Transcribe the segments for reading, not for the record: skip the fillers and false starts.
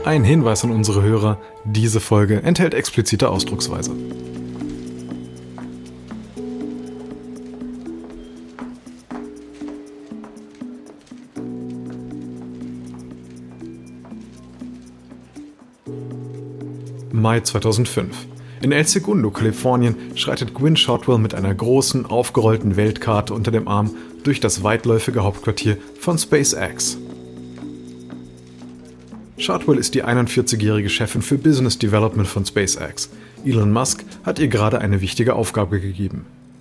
Ein Hinweis an unsere Hörer, diese Folge enthält explizite Ausdrucksweise. Mai 2005. In El Segundo, Kalifornien, schreitet Gwynne Shotwell mit einer großen, aufgerollten Weltkarte unter dem Arm durch das weitläufige Hauptquartier von SpaceX. Shotwell ist die 41-jährige Chefin für Business Development von SpaceX. Elon Musk hat ihr gerade eine wichtige Aufgabe gegeben.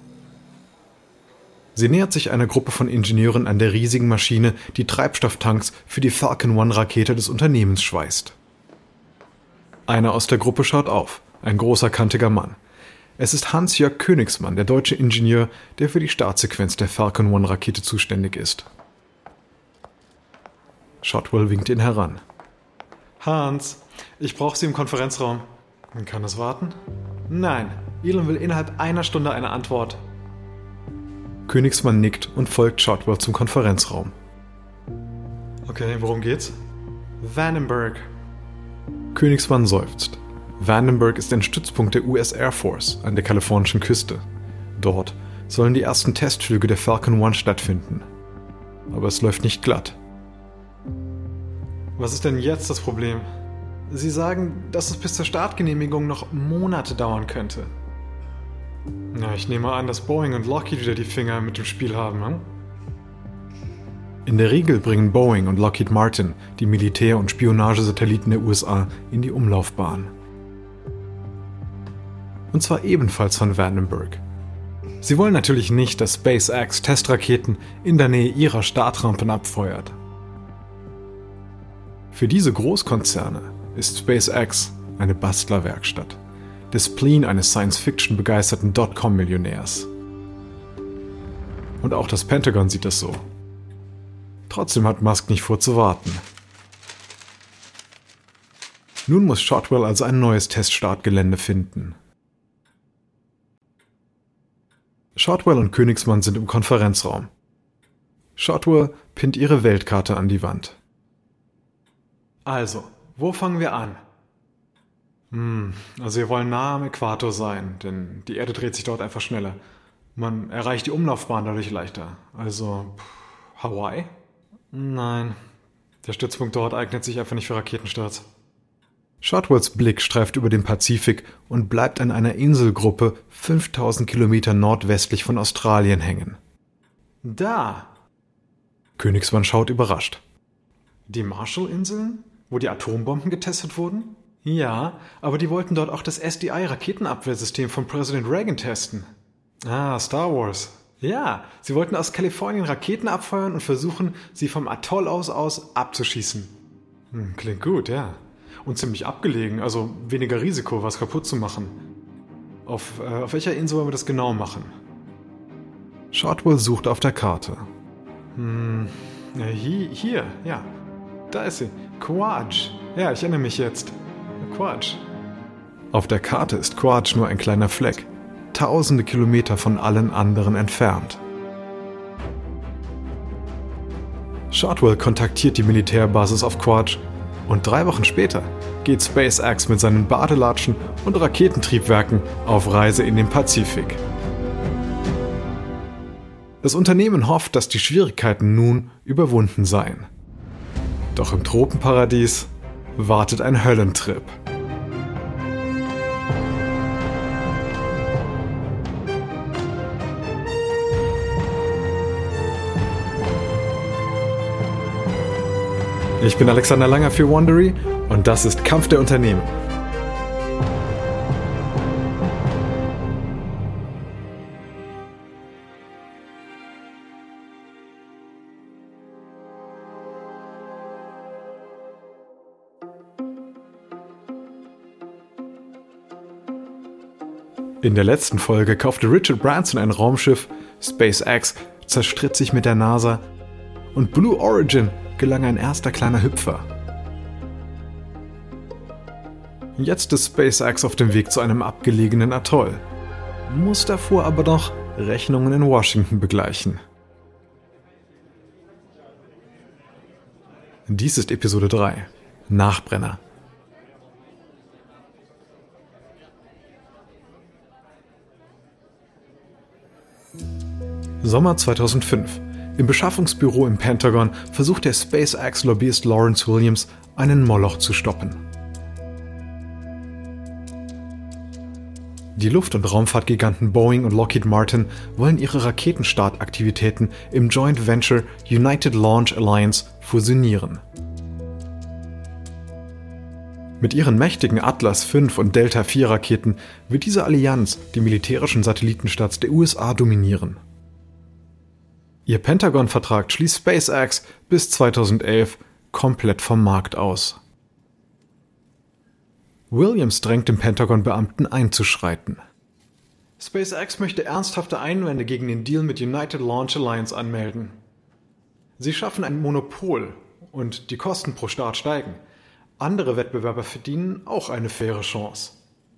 Sie nähert sich einer Gruppe von Ingenieuren an der riesigen Maschine, die Treibstofftanks für die Falcon 1-Rakete des Unternehmens schweißt. Einer aus der Gruppe schaut auf, ein großer, kantiger Mann. Es ist Hans-Jörg Königsmann, der deutsche Ingenieur, der für die Startsequenz der Falcon 1-Rakete zuständig ist. Shotwell winkt ihn heran. Hans, ich brauche Sie im Konferenzraum. Kann das warten? Nein, Elon will innerhalb einer Stunde eine Antwort. Königsmann nickt und folgt Shotwell zum Konferenzraum. Okay, worum geht's? Vandenberg. Königsmann seufzt. Vandenberg ist ein Stützpunkt der US Air Force an der kalifornischen Küste. Dort sollen die ersten Testflüge der Falcon 1 stattfinden. Aber es läuft nicht glatt. Was ist denn jetzt das Problem? Sie sagen, dass es bis zur Startgenehmigung noch Monate dauern könnte. Na, ich nehme an, dass Boeing und Lockheed wieder die Finger mit dem Spiel haben, hm? In der Regel bringen Boeing und Lockheed Martin die Militär- und Spionagesatelliten der USA in die Umlaufbahn. Und zwar ebenfalls von Vandenberg. Sie wollen natürlich nicht, dass SpaceX Testraketen in der Nähe ihrer Startrampen abfeuert. Für diese Großkonzerne ist SpaceX eine Bastlerwerkstatt, der Spleen eines Science-Fiction-begeisterten Dotcom-Millionärs. Und auch das Pentagon sieht das so. Trotzdem hat Musk nicht vor zu warten. Nun muss Shotwell also ein neues Teststartgelände finden. Shotwell und Königsmann sind im Konferenzraum. Shotwell pinnt ihre Weltkarte an die Wand. Also, wo fangen wir an? Also wir wollen nah am Äquator sein, denn die Erde dreht sich dort einfach schneller. Man erreicht die Umlaufbahn dadurch leichter. Also, Hawaii? Nein, der Stützpunkt dort eignet sich einfach nicht für Raketenstarts. Shotwells Blick streift über den Pazifik und bleibt an einer Inselgruppe 5000 Kilometer nordwestlich von Australien hängen. Da! Königsmann schaut überrascht. Die Marshall-Inseln, wo die Atombomben getestet wurden? Ja, aber die wollten dort auch das SDI-Raketenabwehrsystem von Präsident Reagan testen. Ah, Star Wars. Ja, sie wollten aus Kalifornien Raketen abfeuern und versuchen, sie vom Atoll aus abzuschießen. Klingt gut, ja. Und ziemlich abgelegen, also weniger Risiko, was kaputt zu machen. Auf welcher Insel wollen wir das genau machen? Shotwell sucht auf der Karte. Hier, ja. Da ist sie. Quadj. Ja, ich erinnere mich jetzt. Quadj. Auf der Karte ist Quadj nur ein kleiner Fleck. Tausende Kilometer von allen anderen entfernt. Shotwell kontaktiert die Militärbasis auf Quadj und 3 Wochen später geht SpaceX mit seinen Badelatschen und Raketentriebwerken auf Reise in den Pazifik. Das Unternehmen hofft, dass die Schwierigkeiten nun überwunden seien. Doch im Tropenparadies wartet ein Höllentrip. Ich bin Alexander Langer für Wondery und das ist Kampf der Unternehmen. In der letzten Folge kaufte Richard Branson ein Raumschiff, SpaceX zerstritt sich mit der NASA und Blue Origin gelang ein erster kleiner Hüpfer. Jetzt ist SpaceX auf dem Weg zu einem abgelegenen Atoll, muss davor aber noch Rechnungen in Washington begleichen. Dies ist Episode 3, Nachbrenner, Sommer 2005. Im Beschaffungsbüro im Pentagon versucht der SpaceX-Lobbyist Lawrence Williams, einen Moloch zu stoppen. Die Luft- und Raumfahrtgiganten Boeing und Lockheed Martin wollen ihre Raketenstartaktivitäten im Joint Venture United Launch Alliance fusionieren. Mit ihren mächtigen Atlas V und Delta IV Raketen wird diese Allianz die militärischen Satellitenstarts der USA dominieren. Ihr Pentagon-Vertrag schließt SpaceX bis 2011 komplett vom Markt aus. Williams drängt den Pentagon-Beamten einzuschreiten. SpaceX möchte ernsthafte Einwände gegen den Deal mit United Launch Alliance anmelden. Sie schaffen ein Monopol und die Kosten pro Start steigen. Andere Wettbewerber verdienen auch eine faire Chance.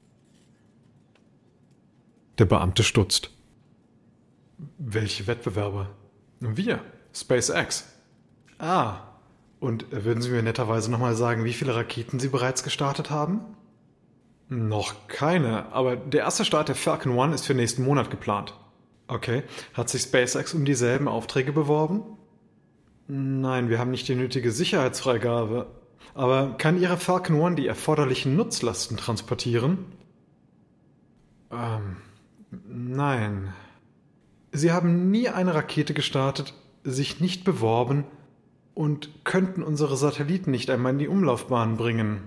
Der Beamte stutzt. Welche Wettbewerber? Wir, SpaceX. Und würden Sie mir netterweise nochmal sagen, wie viele Raketen Sie bereits gestartet haben? Noch keine, aber der erste Start der Falcon 1 ist für nächsten Monat geplant. Okay, hat sich SpaceX um dieselben Aufträge beworben? Nein, wir haben nicht die nötige Sicherheitsfreigabe. Aber kann Ihre Falcon 1 die erforderlichen Nutzlasten transportieren? Nein. Sie haben nie eine Rakete gestartet, sich nicht beworben und könnten unsere Satelliten nicht einmal in die Umlaufbahn bringen.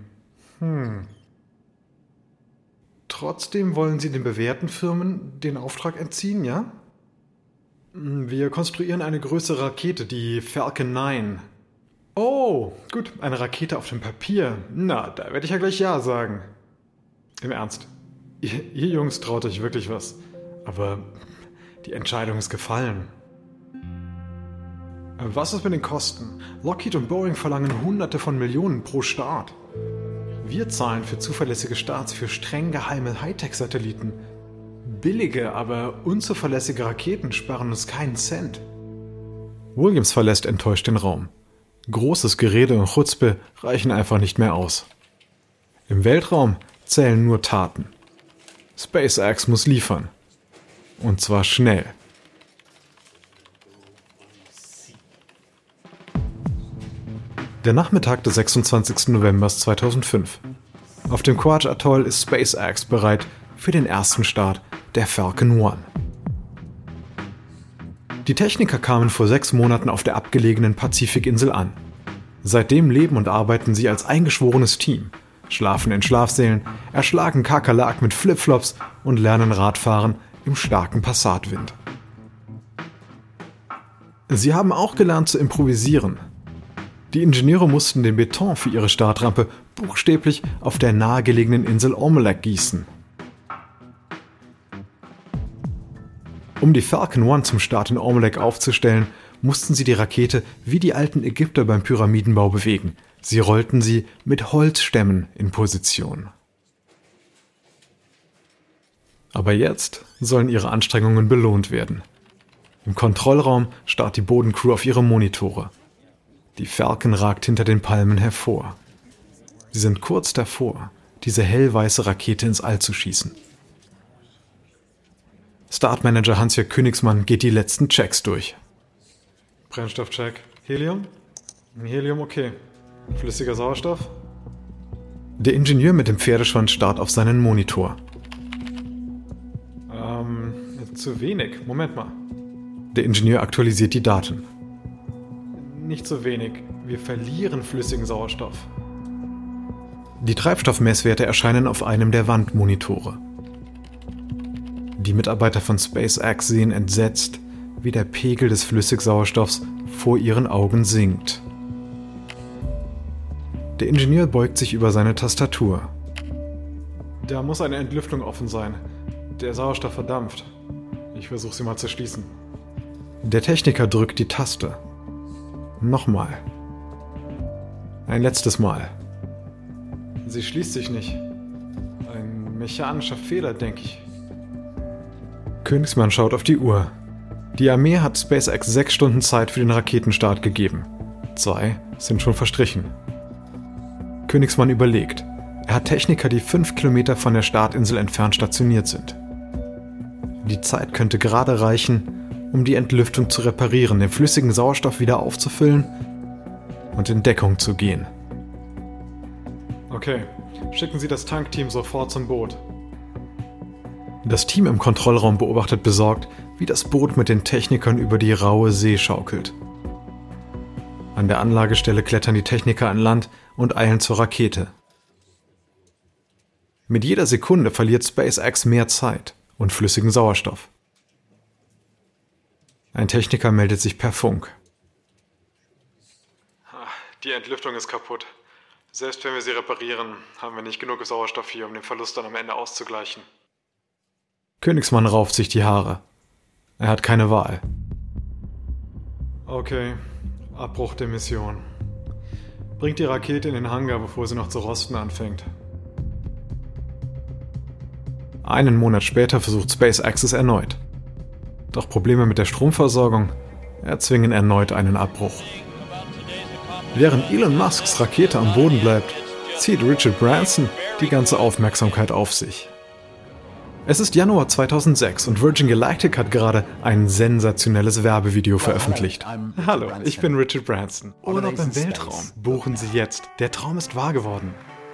Trotzdem wollen Sie den bewährten Firmen den Auftrag entziehen, ja? Wir konstruieren eine größere Rakete, die Falcon 9. Oh, gut, eine Rakete auf dem Papier. Na, da werde ich ja gleich Ja sagen. Im Ernst, ihr Jungs traut euch wirklich was. Aber die Entscheidung ist gefallen. Was ist mit den Kosten? Lockheed und Boeing verlangen Hunderte von Millionen pro Start. Wir zahlen für zuverlässige Starts für streng geheime Hightech-Satelliten. Billige, aber unzuverlässige Raketen sparen uns keinen Cent. Williams verlässt enttäuscht den Raum. Großes Gerede und Chutzpe reichen einfach nicht mehr aus. Im Weltraum zählen nur Taten. SpaceX muss liefern. Und zwar schnell. Der Nachmittag des 26. November 2005. Auf dem Quaj Atoll ist SpaceX bereit für den ersten Start der Falcon 1. Die Techniker kamen vor 6 Monaten auf der abgelegenen Pazifikinsel an. Seitdem leben und arbeiten sie als eingeschworenes Team, schlafen in Schlafsälen, erschlagen Kakerlaken mit Flipflops und lernen Radfahren im starken Passatwind. Sie haben auch gelernt zu improvisieren. Die Ingenieure mussten den Beton für ihre Startrampe buchstäblich auf der nahegelegenen Insel Omelek gießen. Um die Falcon 1 zum Start in Omelek aufzustellen, mussten sie die Rakete wie die alten Ägypter beim Pyramidenbau bewegen. Sie rollten sie mit Holzstämmen in Position. Aber jetzt sollen ihre Anstrengungen belohnt werden. Im Kontrollraum starrt die Bodencrew auf ihre Monitore. Die Falcon ragt hinter den Palmen hervor. Sie sind kurz davor, diese hellweiße Rakete ins All zu schießen. Startmanager Hans-Jörg Königsmann geht die letzten Checks durch. Brennstoffcheck. Helium? Helium okay. Flüssiger Sauerstoff? Der Ingenieur mit dem Pferdeschwanz starrt auf seinen Monitor. Zu wenig. Moment mal. Der Ingenieur aktualisiert die Daten. Nicht zu wenig. Wir verlieren flüssigen Sauerstoff. Die Treibstoffmesswerte erscheinen auf einem der Wandmonitore. Die Mitarbeiter von SpaceX sehen entsetzt, wie der Pegel des Flüssigsauerstoffs vor ihren Augen sinkt. Der Ingenieur beugt sich über seine Tastatur. Da muss eine Entlüftung offen sein. Der Sauerstoff verdampft. Ich versuche sie mal zu schließen. Der Techniker drückt die Taste. Nochmal. Ein letztes Mal. Sie schließt sich nicht. Ein mechanischer Fehler, denke ich. Königsmann schaut auf die Uhr. Die Armee hat SpaceX 6 Stunden Zeit für den Raketenstart gegeben. 2 sind schon verstrichen. Königsmann überlegt. Er hat Techniker, die 5 Kilometer von der Startinsel entfernt stationiert sind. Die Zeit könnte gerade reichen, um die Entlüftung zu reparieren, den flüssigen Sauerstoff wieder aufzufüllen und in Deckung zu gehen. Okay, schicken Sie das Tankteam sofort zum Boot. Das Team im Kontrollraum beobachtet besorgt, wie das Boot mit den Technikern über die raue See schaukelt. An der Anlagestelle klettern die Techniker an Land und eilen zur Rakete. Mit jeder Sekunde verliert SpaceX mehr Zeit und flüssigen Sauerstoff. Ein Techniker meldet sich per Funk. Die Entlüftung ist kaputt. Selbst wenn wir sie reparieren, haben wir nicht genug Sauerstoff hier, um den Verlust dann am Ende auszugleichen. Königsmann rauft sich die Haare. Er hat keine Wahl. Okay, Abbruch der Mission. Bringt die Rakete in den Hangar, bevor sie noch zu rosten anfängt. Einen Monat später versucht SpaceX es erneut. Doch Probleme mit der Stromversorgung erzwingen erneut einen Abbruch. Während Elon Musks Rakete am Boden bleibt, zieht Richard Branson die ganze Aufmerksamkeit auf sich. Es ist Januar 2006 und Virgin Galactic hat gerade ein sensationelles Werbevideo veröffentlicht. Hallo, ich bin Richard Branson. Urlaub im Weltraum. Buchen Sie jetzt. Der Traum ist wahr geworden.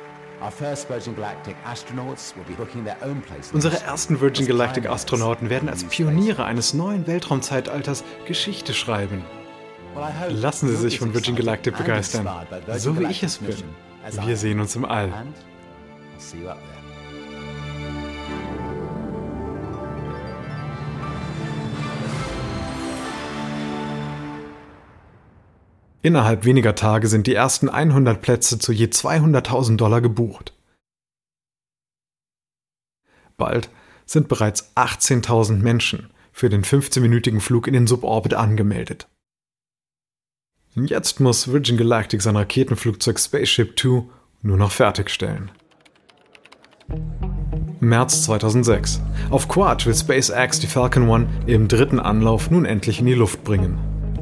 Unsere ersten Virgin Galactic Astronauten werden als Pioniere eines neuen Weltraumzeitalters Geschichte schreiben. Lassen Sie sich von Virgin Galactic begeistern, so wie ich es bin. Wir sehen uns im All. Innerhalb weniger Tage sind die ersten 100 Plätze zu je $200.000 gebucht. Bald sind bereits 18.000 Menschen für den 15-minütigen Flug in den Suborbit angemeldet. Jetzt muss Virgin Galactic sein Raketenflugzeug Spaceship Two nur noch fertigstellen. März 2006. Auf Quad will SpaceX die Falcon 1 im dritten Anlauf nun endlich in die Luft bringen.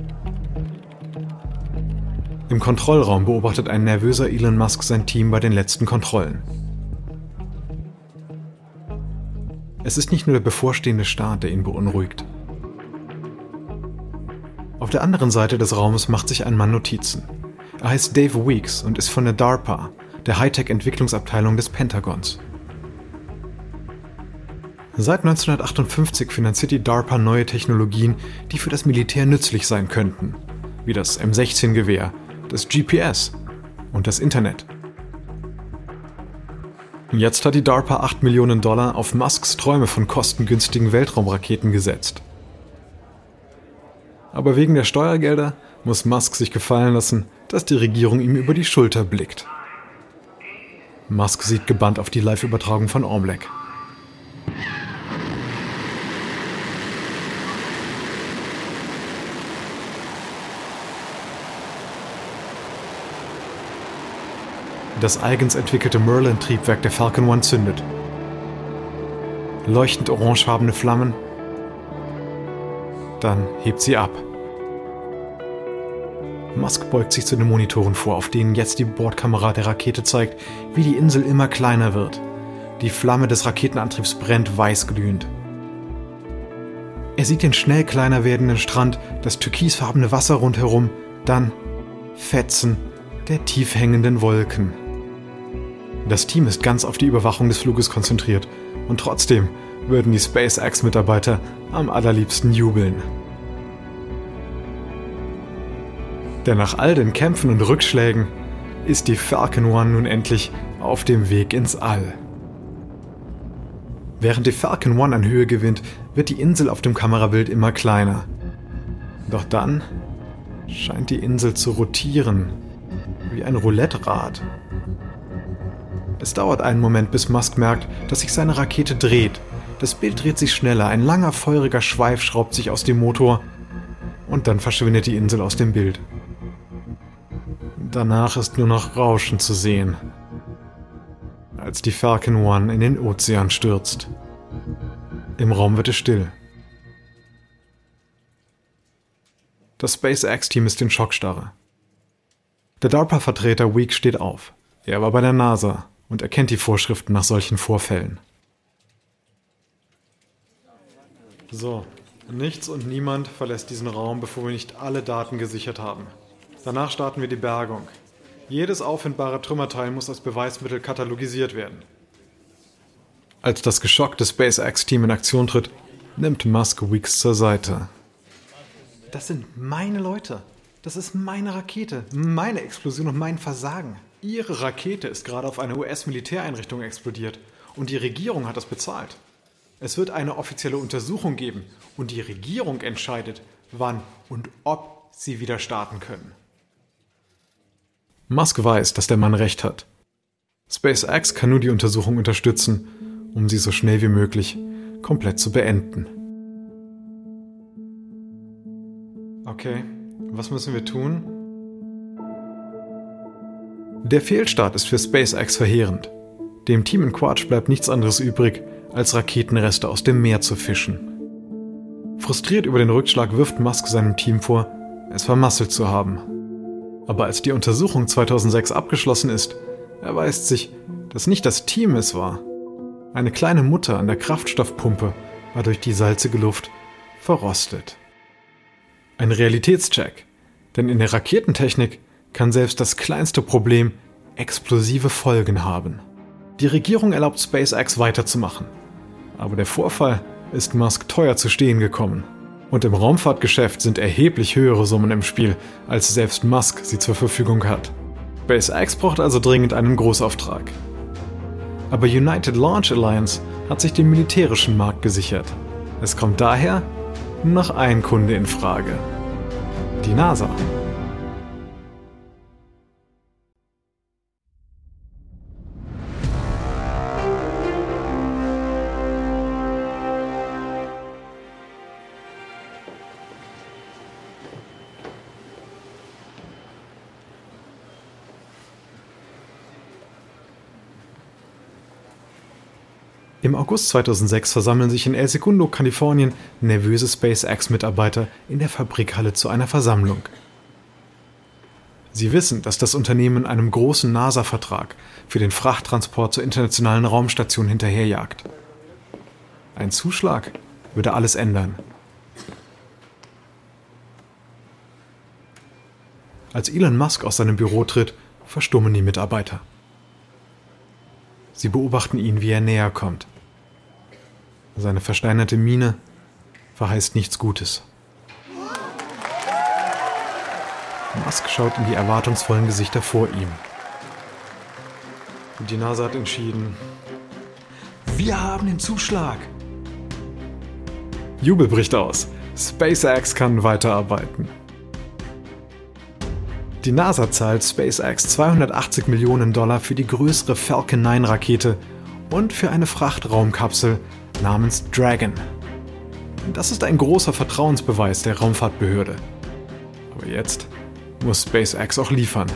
Im Kontrollraum beobachtet ein nervöser Elon Musk sein Team bei den letzten Kontrollen. Es ist nicht nur der bevorstehende Start, der ihn beunruhigt. Auf der anderen Seite des Raumes macht sich ein Mann Notizen. Er heißt Dave Weeks und ist von der DARPA, der Hightech-Entwicklungsabteilung des Pentagons. Seit 1958 finanziert die DARPA neue Technologien, die für das Militär nützlich sein könnten, wie das M16-Gewehr, das GPS und das Internet. Jetzt hat die DARPA $8 Millionen auf Musks Träume von kostengünstigen Weltraumraketen gesetzt. Aber wegen der Steuergelder muss Musk sich gefallen lassen, dass die Regierung ihm über die Schulter blickt. Musk sieht gebannt auf die Live-Übertragung von Omelec. Das eigens entwickelte Merlin-Triebwerk der Falcon 1 zündet. Leuchtend orangefarbene Flammen. Dann hebt sie ab. Musk beugt sich zu den Monitoren vor, auf denen jetzt die Bordkamera der Rakete zeigt, wie die Insel immer kleiner wird. Die Flamme des Raketenantriebs brennt weißglühend. Er sieht den schnell kleiner werdenden Strand, das türkisfarbene Wasser rundherum, dann Fetzen der tief hängenden Wolken. Das Team ist ganz auf die Überwachung des Fluges konzentriert und trotzdem würden die SpaceX-Mitarbeiter am allerliebsten jubeln. Denn nach all den Kämpfen und Rückschlägen ist die Falcon 1 nun endlich auf dem Weg ins All. Während die Falcon 1 an Höhe gewinnt, wird die Insel auf dem Kamerabild immer kleiner. Doch dann scheint die Insel zu rotieren, wie ein Roulette-Rad. Es dauert einen Moment, bis Musk merkt, dass sich seine Rakete dreht. Das Bild dreht sich schneller, ein langer, feuriger Schweif schraubt sich aus dem Motor und dann verschwindet die Insel aus dem Bild. Danach ist nur noch Rauschen zu sehen, als die Falcon 1 in den Ozean stürzt. Im Raum wird es still. Das SpaceX-Team ist in Schockstarre. Der DARPA-Vertreter Weeks steht auf. Er war bei der NASA und er kennt die Vorschriften nach solchen Vorfällen. So, Nichts und niemand verlässt diesen Raum, bevor wir nicht alle Daten gesichert haben. Danach starten wir die Bergung. Jedes auffindbare Trümmerteil muss als Beweismittel katalogisiert werden. Als das geschockte SpaceX-Team in Aktion tritt, nimmt Musk Weeks zur Seite. Das sind meine Leute. Das ist meine Rakete, meine Explosion und mein Versagen. Ihre Rakete ist gerade auf einer US-Militäreinrichtung explodiert und die Regierung hat das bezahlt. Es wird eine offizielle Untersuchung geben und die Regierung entscheidet, wann und ob sie wieder starten können. Musk weiß, dass der Mann recht hat. SpaceX kann nur die Untersuchung unterstützen, um sie so schnell wie möglich komplett zu beenden. Okay, was müssen wir tun? Der Fehlstart ist für SpaceX verheerend. Dem Team in Quatsch bleibt nichts anderes übrig, als Raketenreste aus dem Meer zu fischen. Frustriert über den Rückschlag wirft Musk seinem Team vor, es vermasselt zu haben. Aber als die Untersuchung 2006 abgeschlossen ist, erweist sich, dass nicht das Team es war. Eine kleine Mutter an der Kraftstoffpumpe war durch die salzige Luft verrostet. Ein Realitätscheck, denn in der Raketentechnik kann selbst das kleinste Problem explosive Folgen haben. Die Regierung erlaubt SpaceX weiterzumachen, aber der Vorfall ist Musk teuer zu stehen gekommen. Und im Raumfahrtgeschäft sind erheblich höhere Summen im Spiel, als selbst Musk sie zur Verfügung hat. SpaceX braucht also dringend einen Großauftrag. Aber United Launch Alliance hat sich den militärischen Markt gesichert. Es kommt daher nur noch ein Kunde in Frage: die NASA. Im August 2006 versammeln sich in El Segundo, Kalifornien, nervöse SpaceX-Mitarbeiter in der Fabrikhalle zu einer Versammlung. Sie wissen, dass das Unternehmen einem großen NASA-Vertrag für den Frachttransport zur internationalen Raumstation hinterherjagt. Ein Zuschlag würde alles ändern. Als Elon Musk aus seinem Büro tritt, verstummen die Mitarbeiter. Sie beobachten ihn, wie er näher kommt. Seine versteinerte Miene verheißt nichts Gutes. Musk schaut in die erwartungsvollen Gesichter vor ihm. Die NASA hat entschieden. Wir haben den Zuschlag! Jubel bricht aus. SpaceX kann weiterarbeiten. Die NASA zahlt SpaceX $280 Millionen für die größere Falcon 9 Rakete und für eine Frachtraumkapsel namens Dragon. Das ist ein großer Vertrauensbeweis der Raumfahrtbehörde. Aber jetzt muss SpaceX auch liefern.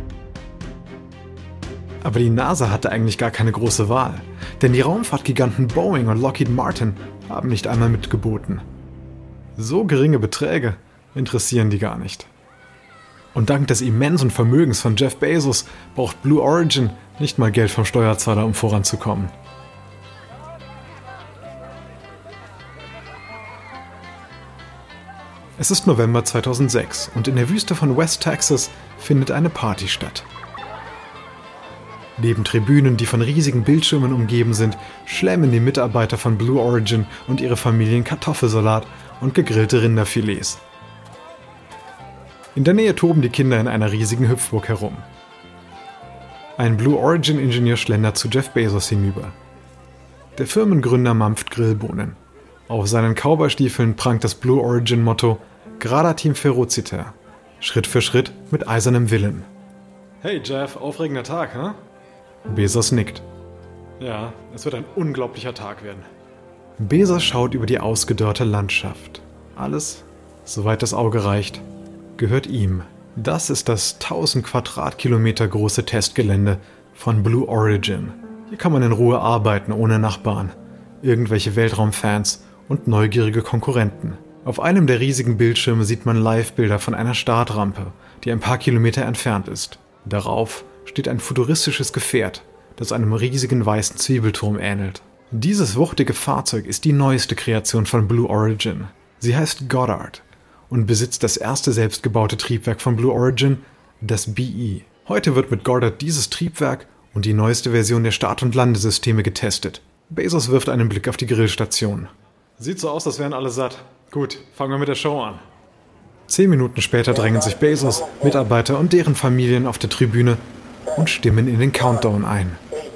Aber die NASA hatte eigentlich gar keine große Wahl, denn die Raumfahrtgiganten Boeing und Lockheed Martin haben nicht einmal mitgeboten. So geringe Beträge interessieren die gar nicht. Und dank des immensen Vermögens von Jeff Bezos braucht Blue Origin nicht mal Geld vom Steuerzahler, um voranzukommen. Es ist November 2006 und in der Wüste von West Texas findet eine Party statt. Neben Tribünen, die von riesigen Bildschirmen umgeben sind, schlemmen die Mitarbeiter von Blue Origin und ihre Familien Kartoffelsalat und gegrillte Rinderfilets. In der Nähe toben die Kinder in einer riesigen Hüpfburg herum. Ein Blue Origin-Ingenieur schlendert zu Jeff Bezos hinüber. Der Firmengründer mampft Grillbohnen. Auf seinen Cowboystiefeln prangt das Blue Origin-Motto Gradatim Ferociter, Schritt für Schritt mit eisernem Willen. Hey Jeff, aufregender Tag, hä? Bezos nickt. Ja, es wird ein unglaublicher Tag werden. Bezos schaut über die ausgedörrte Landschaft. Alles, soweit das Auge reicht, gehört ihm. Das ist das 1000 Quadratkilometer große Testgelände von Blue Origin. Hier kann man in Ruhe arbeiten, ohne Nachbarn, irgendwelche Weltraumfans und neugierige Konkurrenten. Auf einem der riesigen Bildschirme sieht man Live-Bilder von einer Startrampe, die ein paar Kilometer entfernt ist. Darauf steht ein futuristisches Gefährt, das einem riesigen weißen Zwiebelturm ähnelt. Dieses wuchtige Fahrzeug ist die neueste Kreation von Blue Origin. Sie heißt Goddard und besitzt das erste selbstgebaute Triebwerk von Blue Origin, das BE. Heute wird mit Goddard dieses Triebwerk und die neueste Version der Start- und Landesysteme getestet. Bezos wirft einen Blick auf die Grillstation. Sieht so aus, als wären alle satt. Gut, fangen wir mit der Show an. 10 Minuten später drängen sich Bezos, Mitarbeiter und deren Familien auf der Tribüne und stimmen in den Countdown ein.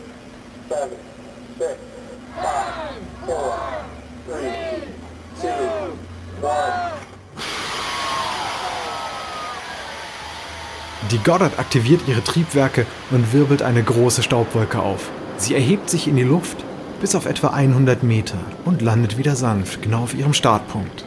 Die Goddard aktiviert ihre Triebwerke und wirbelt eine große Staubwolke auf. Sie erhebt sich in die Luft bis auf etwa 100 Meter und landet wieder sanft, genau auf ihrem Startpunkt.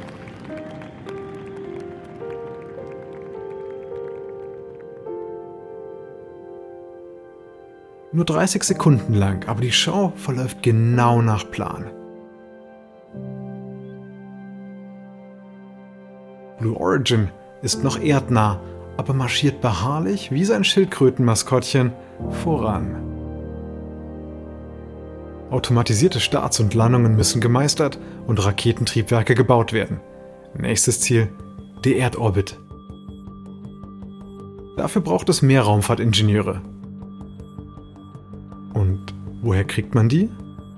Nur 30 Sekunden lang, aber die Show verläuft genau nach Plan. Blue Origin ist noch erdnah, aber marschiert beharrlich wie sein Schildkrötenmaskottchen voran. Automatisierte Starts und Landungen müssen gemeistert und Raketentriebwerke gebaut werden. Nächstes Ziel: der Erdorbit. Dafür braucht es mehr Raumfahrtingenieure. Und woher kriegt man die?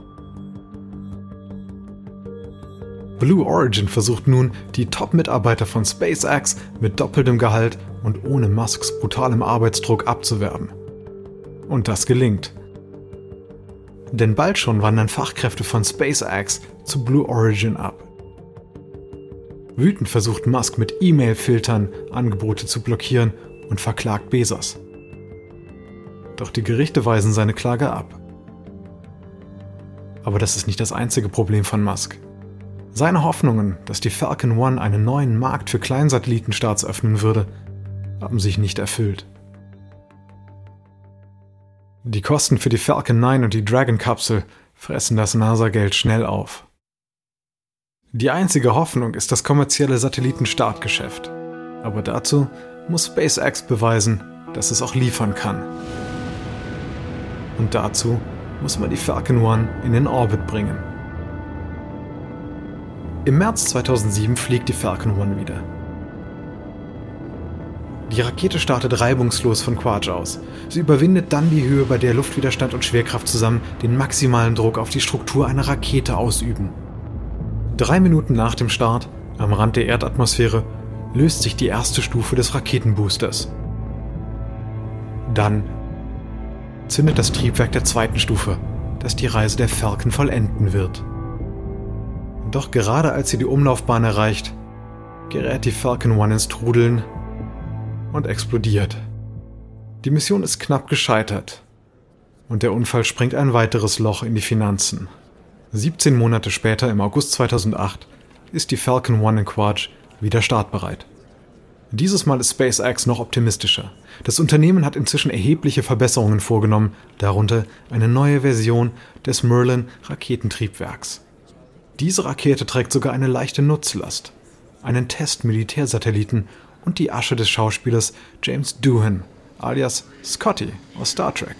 Blue Origin versucht nun, die Top-Mitarbeiter von SpaceX mit doppeltem Gehalt und ohne Musks brutalem Arbeitsdruck abzuwerben. Und das gelingt. Denn bald schon wandern Fachkräfte von SpaceX zu Blue Origin ab. Wütend versucht Musk mit E-Mail-Filtern Angebote zu blockieren und verklagt Bezos. Doch die Gerichte weisen seine Klage ab. Aber das ist nicht das einzige Problem von Musk. Seine Hoffnungen, dass die Falcon 1 einen neuen Markt für Kleinsatellitenstarts öffnen würde, haben sich nicht erfüllt. Die Kosten für die Falcon 9 und die Dragon-Kapsel fressen das NASA-Geld schnell auf. Die einzige Hoffnung ist das kommerzielle Satellitenstartgeschäft. Aber dazu muss SpaceX beweisen, dass es auch liefern kann. Und dazu muss man die Falcon 1 in den Orbit bringen. Im März 2007 fliegt die Falcon 1 wieder. Die Rakete startet reibungslos von Quaj aus. Sie überwindet dann die Höhe, bei der Luftwiderstand und Schwerkraft zusammen den maximalen Druck auf die Struktur einer Rakete ausüben. 3 Minuten nach dem Start, am Rand der Erdatmosphäre, löst sich die erste Stufe des Raketenboosters. Dann zündet das Triebwerk der zweiten Stufe, das die Reise der Falcon vollenden wird. Doch gerade als sie die Umlaufbahn erreicht, gerät die Falcon 1 ins Trudeln und explodiert. Die Mission ist knapp gescheitert und der Unfall sprengt ein weiteres Loch in die Finanzen. 17 Monate später, im August 2008, ist die Falcon 1 in Quaj wieder startbereit. Dieses Mal ist SpaceX noch optimistischer. Das Unternehmen hat inzwischen erhebliche Verbesserungen vorgenommen, darunter eine neue Version des Merlin-Raketentriebwerks. Diese Rakete trägt sogar eine leichte Nutzlast, einen Test-Militärsatelliten und die Asche des Schauspielers James Doohan, alias Scotty aus Star Trek.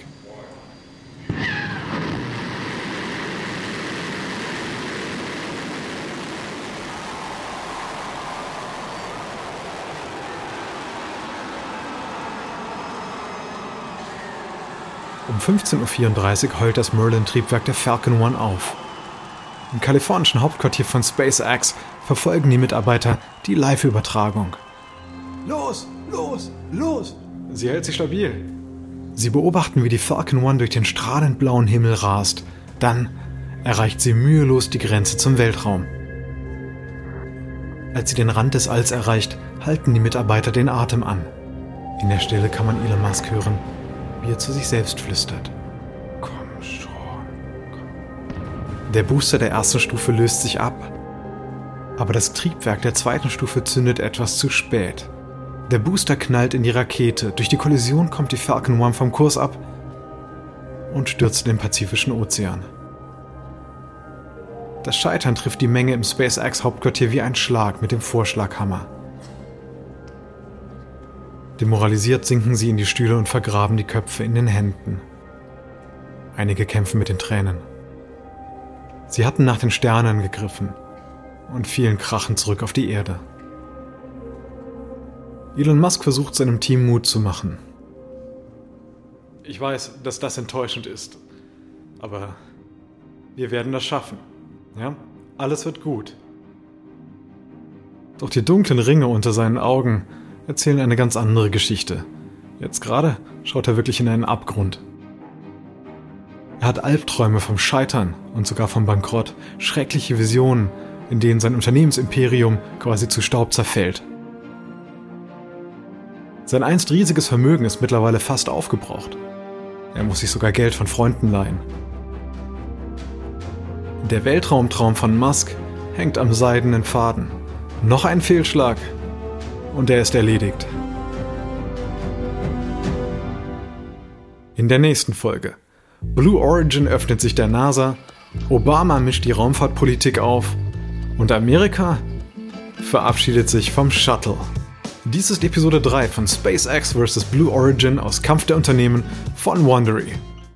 Um 15:34 Uhr heult das Merlin-Triebwerk der Falcon 1 auf. Im kalifornischen Hauptquartier von SpaceX verfolgen die Mitarbeiter die Live-Übertragung. Los, los, los! Sie hält sich stabil. Sie beobachten, wie die Falcon 1 durch den strahlend blauen Himmel rast. Dann erreicht sie mühelos die Grenze zum Weltraum. Als sie den Rand des Alls erreicht, halten die Mitarbeiter den Atem an. In der Stille kann man Elon Musk hören, wie er zu sich selbst flüstert. Komm schon. Der Booster der ersten Stufe löst sich ab. Aber das Triebwerk der zweiten Stufe zündet etwas zu spät. Der Booster knallt in die Rakete. Durch die Kollision kommt die Falcon 1 vom Kurs ab und stürzt in den Pazifischen Ozean. Das Scheitern trifft die Menge im SpaceX-Hauptquartier wie ein Schlag mit dem Vorschlaghammer. Demoralisiert sinken sie in die Stühle und vergraben die Köpfe in den Händen. Einige kämpfen mit den Tränen. Sie hatten nach den Sternen gegriffen und fielen krachend zurück auf die Erde. Elon Musk versucht seinem Team Mut zu machen. Ich weiß, dass das enttäuschend ist, aber wir werden das schaffen. Ja? Alles wird gut. Doch die dunklen Ringe unter seinen Augen erzählen eine ganz andere Geschichte. Jetzt gerade schaut er wirklich in einen Abgrund. Er hat Albträume vom Scheitern und sogar vom Bankrott, schreckliche Visionen, in denen sein Unternehmensimperium quasi zu Staub zerfällt. Sein einst riesiges Vermögen ist mittlerweile fast aufgebraucht. Er muss sich sogar Geld von Freunden leihen. Der Weltraumtraum von Musk hängt am seidenen Faden. Noch ein Fehlschlag und er ist erledigt. In der nächsten Folge. Blue Origin öffnet sich der NASA, Obama mischt die Raumfahrtpolitik auf und Amerika verabschiedet sich vom Shuttle. Dies ist Episode 3 von SpaceX vs. Blue Origin aus Kampf der Unternehmen von Wondery.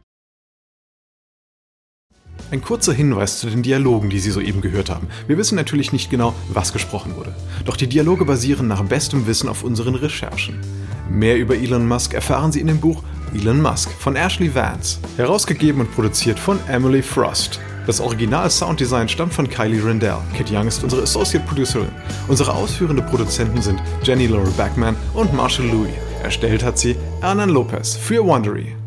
Ein kurzer Hinweis zu den Dialogen, die Sie soeben gehört haben. Wir wissen natürlich nicht genau, was gesprochen wurde. Doch die Dialoge basieren nach bestem Wissen auf unseren Recherchen. Mehr über Elon Musk erfahren Sie in dem Buch Elon Musk von Ashley Vance, herausgegeben und produziert von Emily Frost. Das Original-Sounddesign stammt von Kylie Rendell. Kit Young ist unsere Associate Producerin. Unsere ausführende Produzenten sind Jenny Laura Backman und Marshall Louis. Erstellt hat sie Hernan Lopez für Wondery.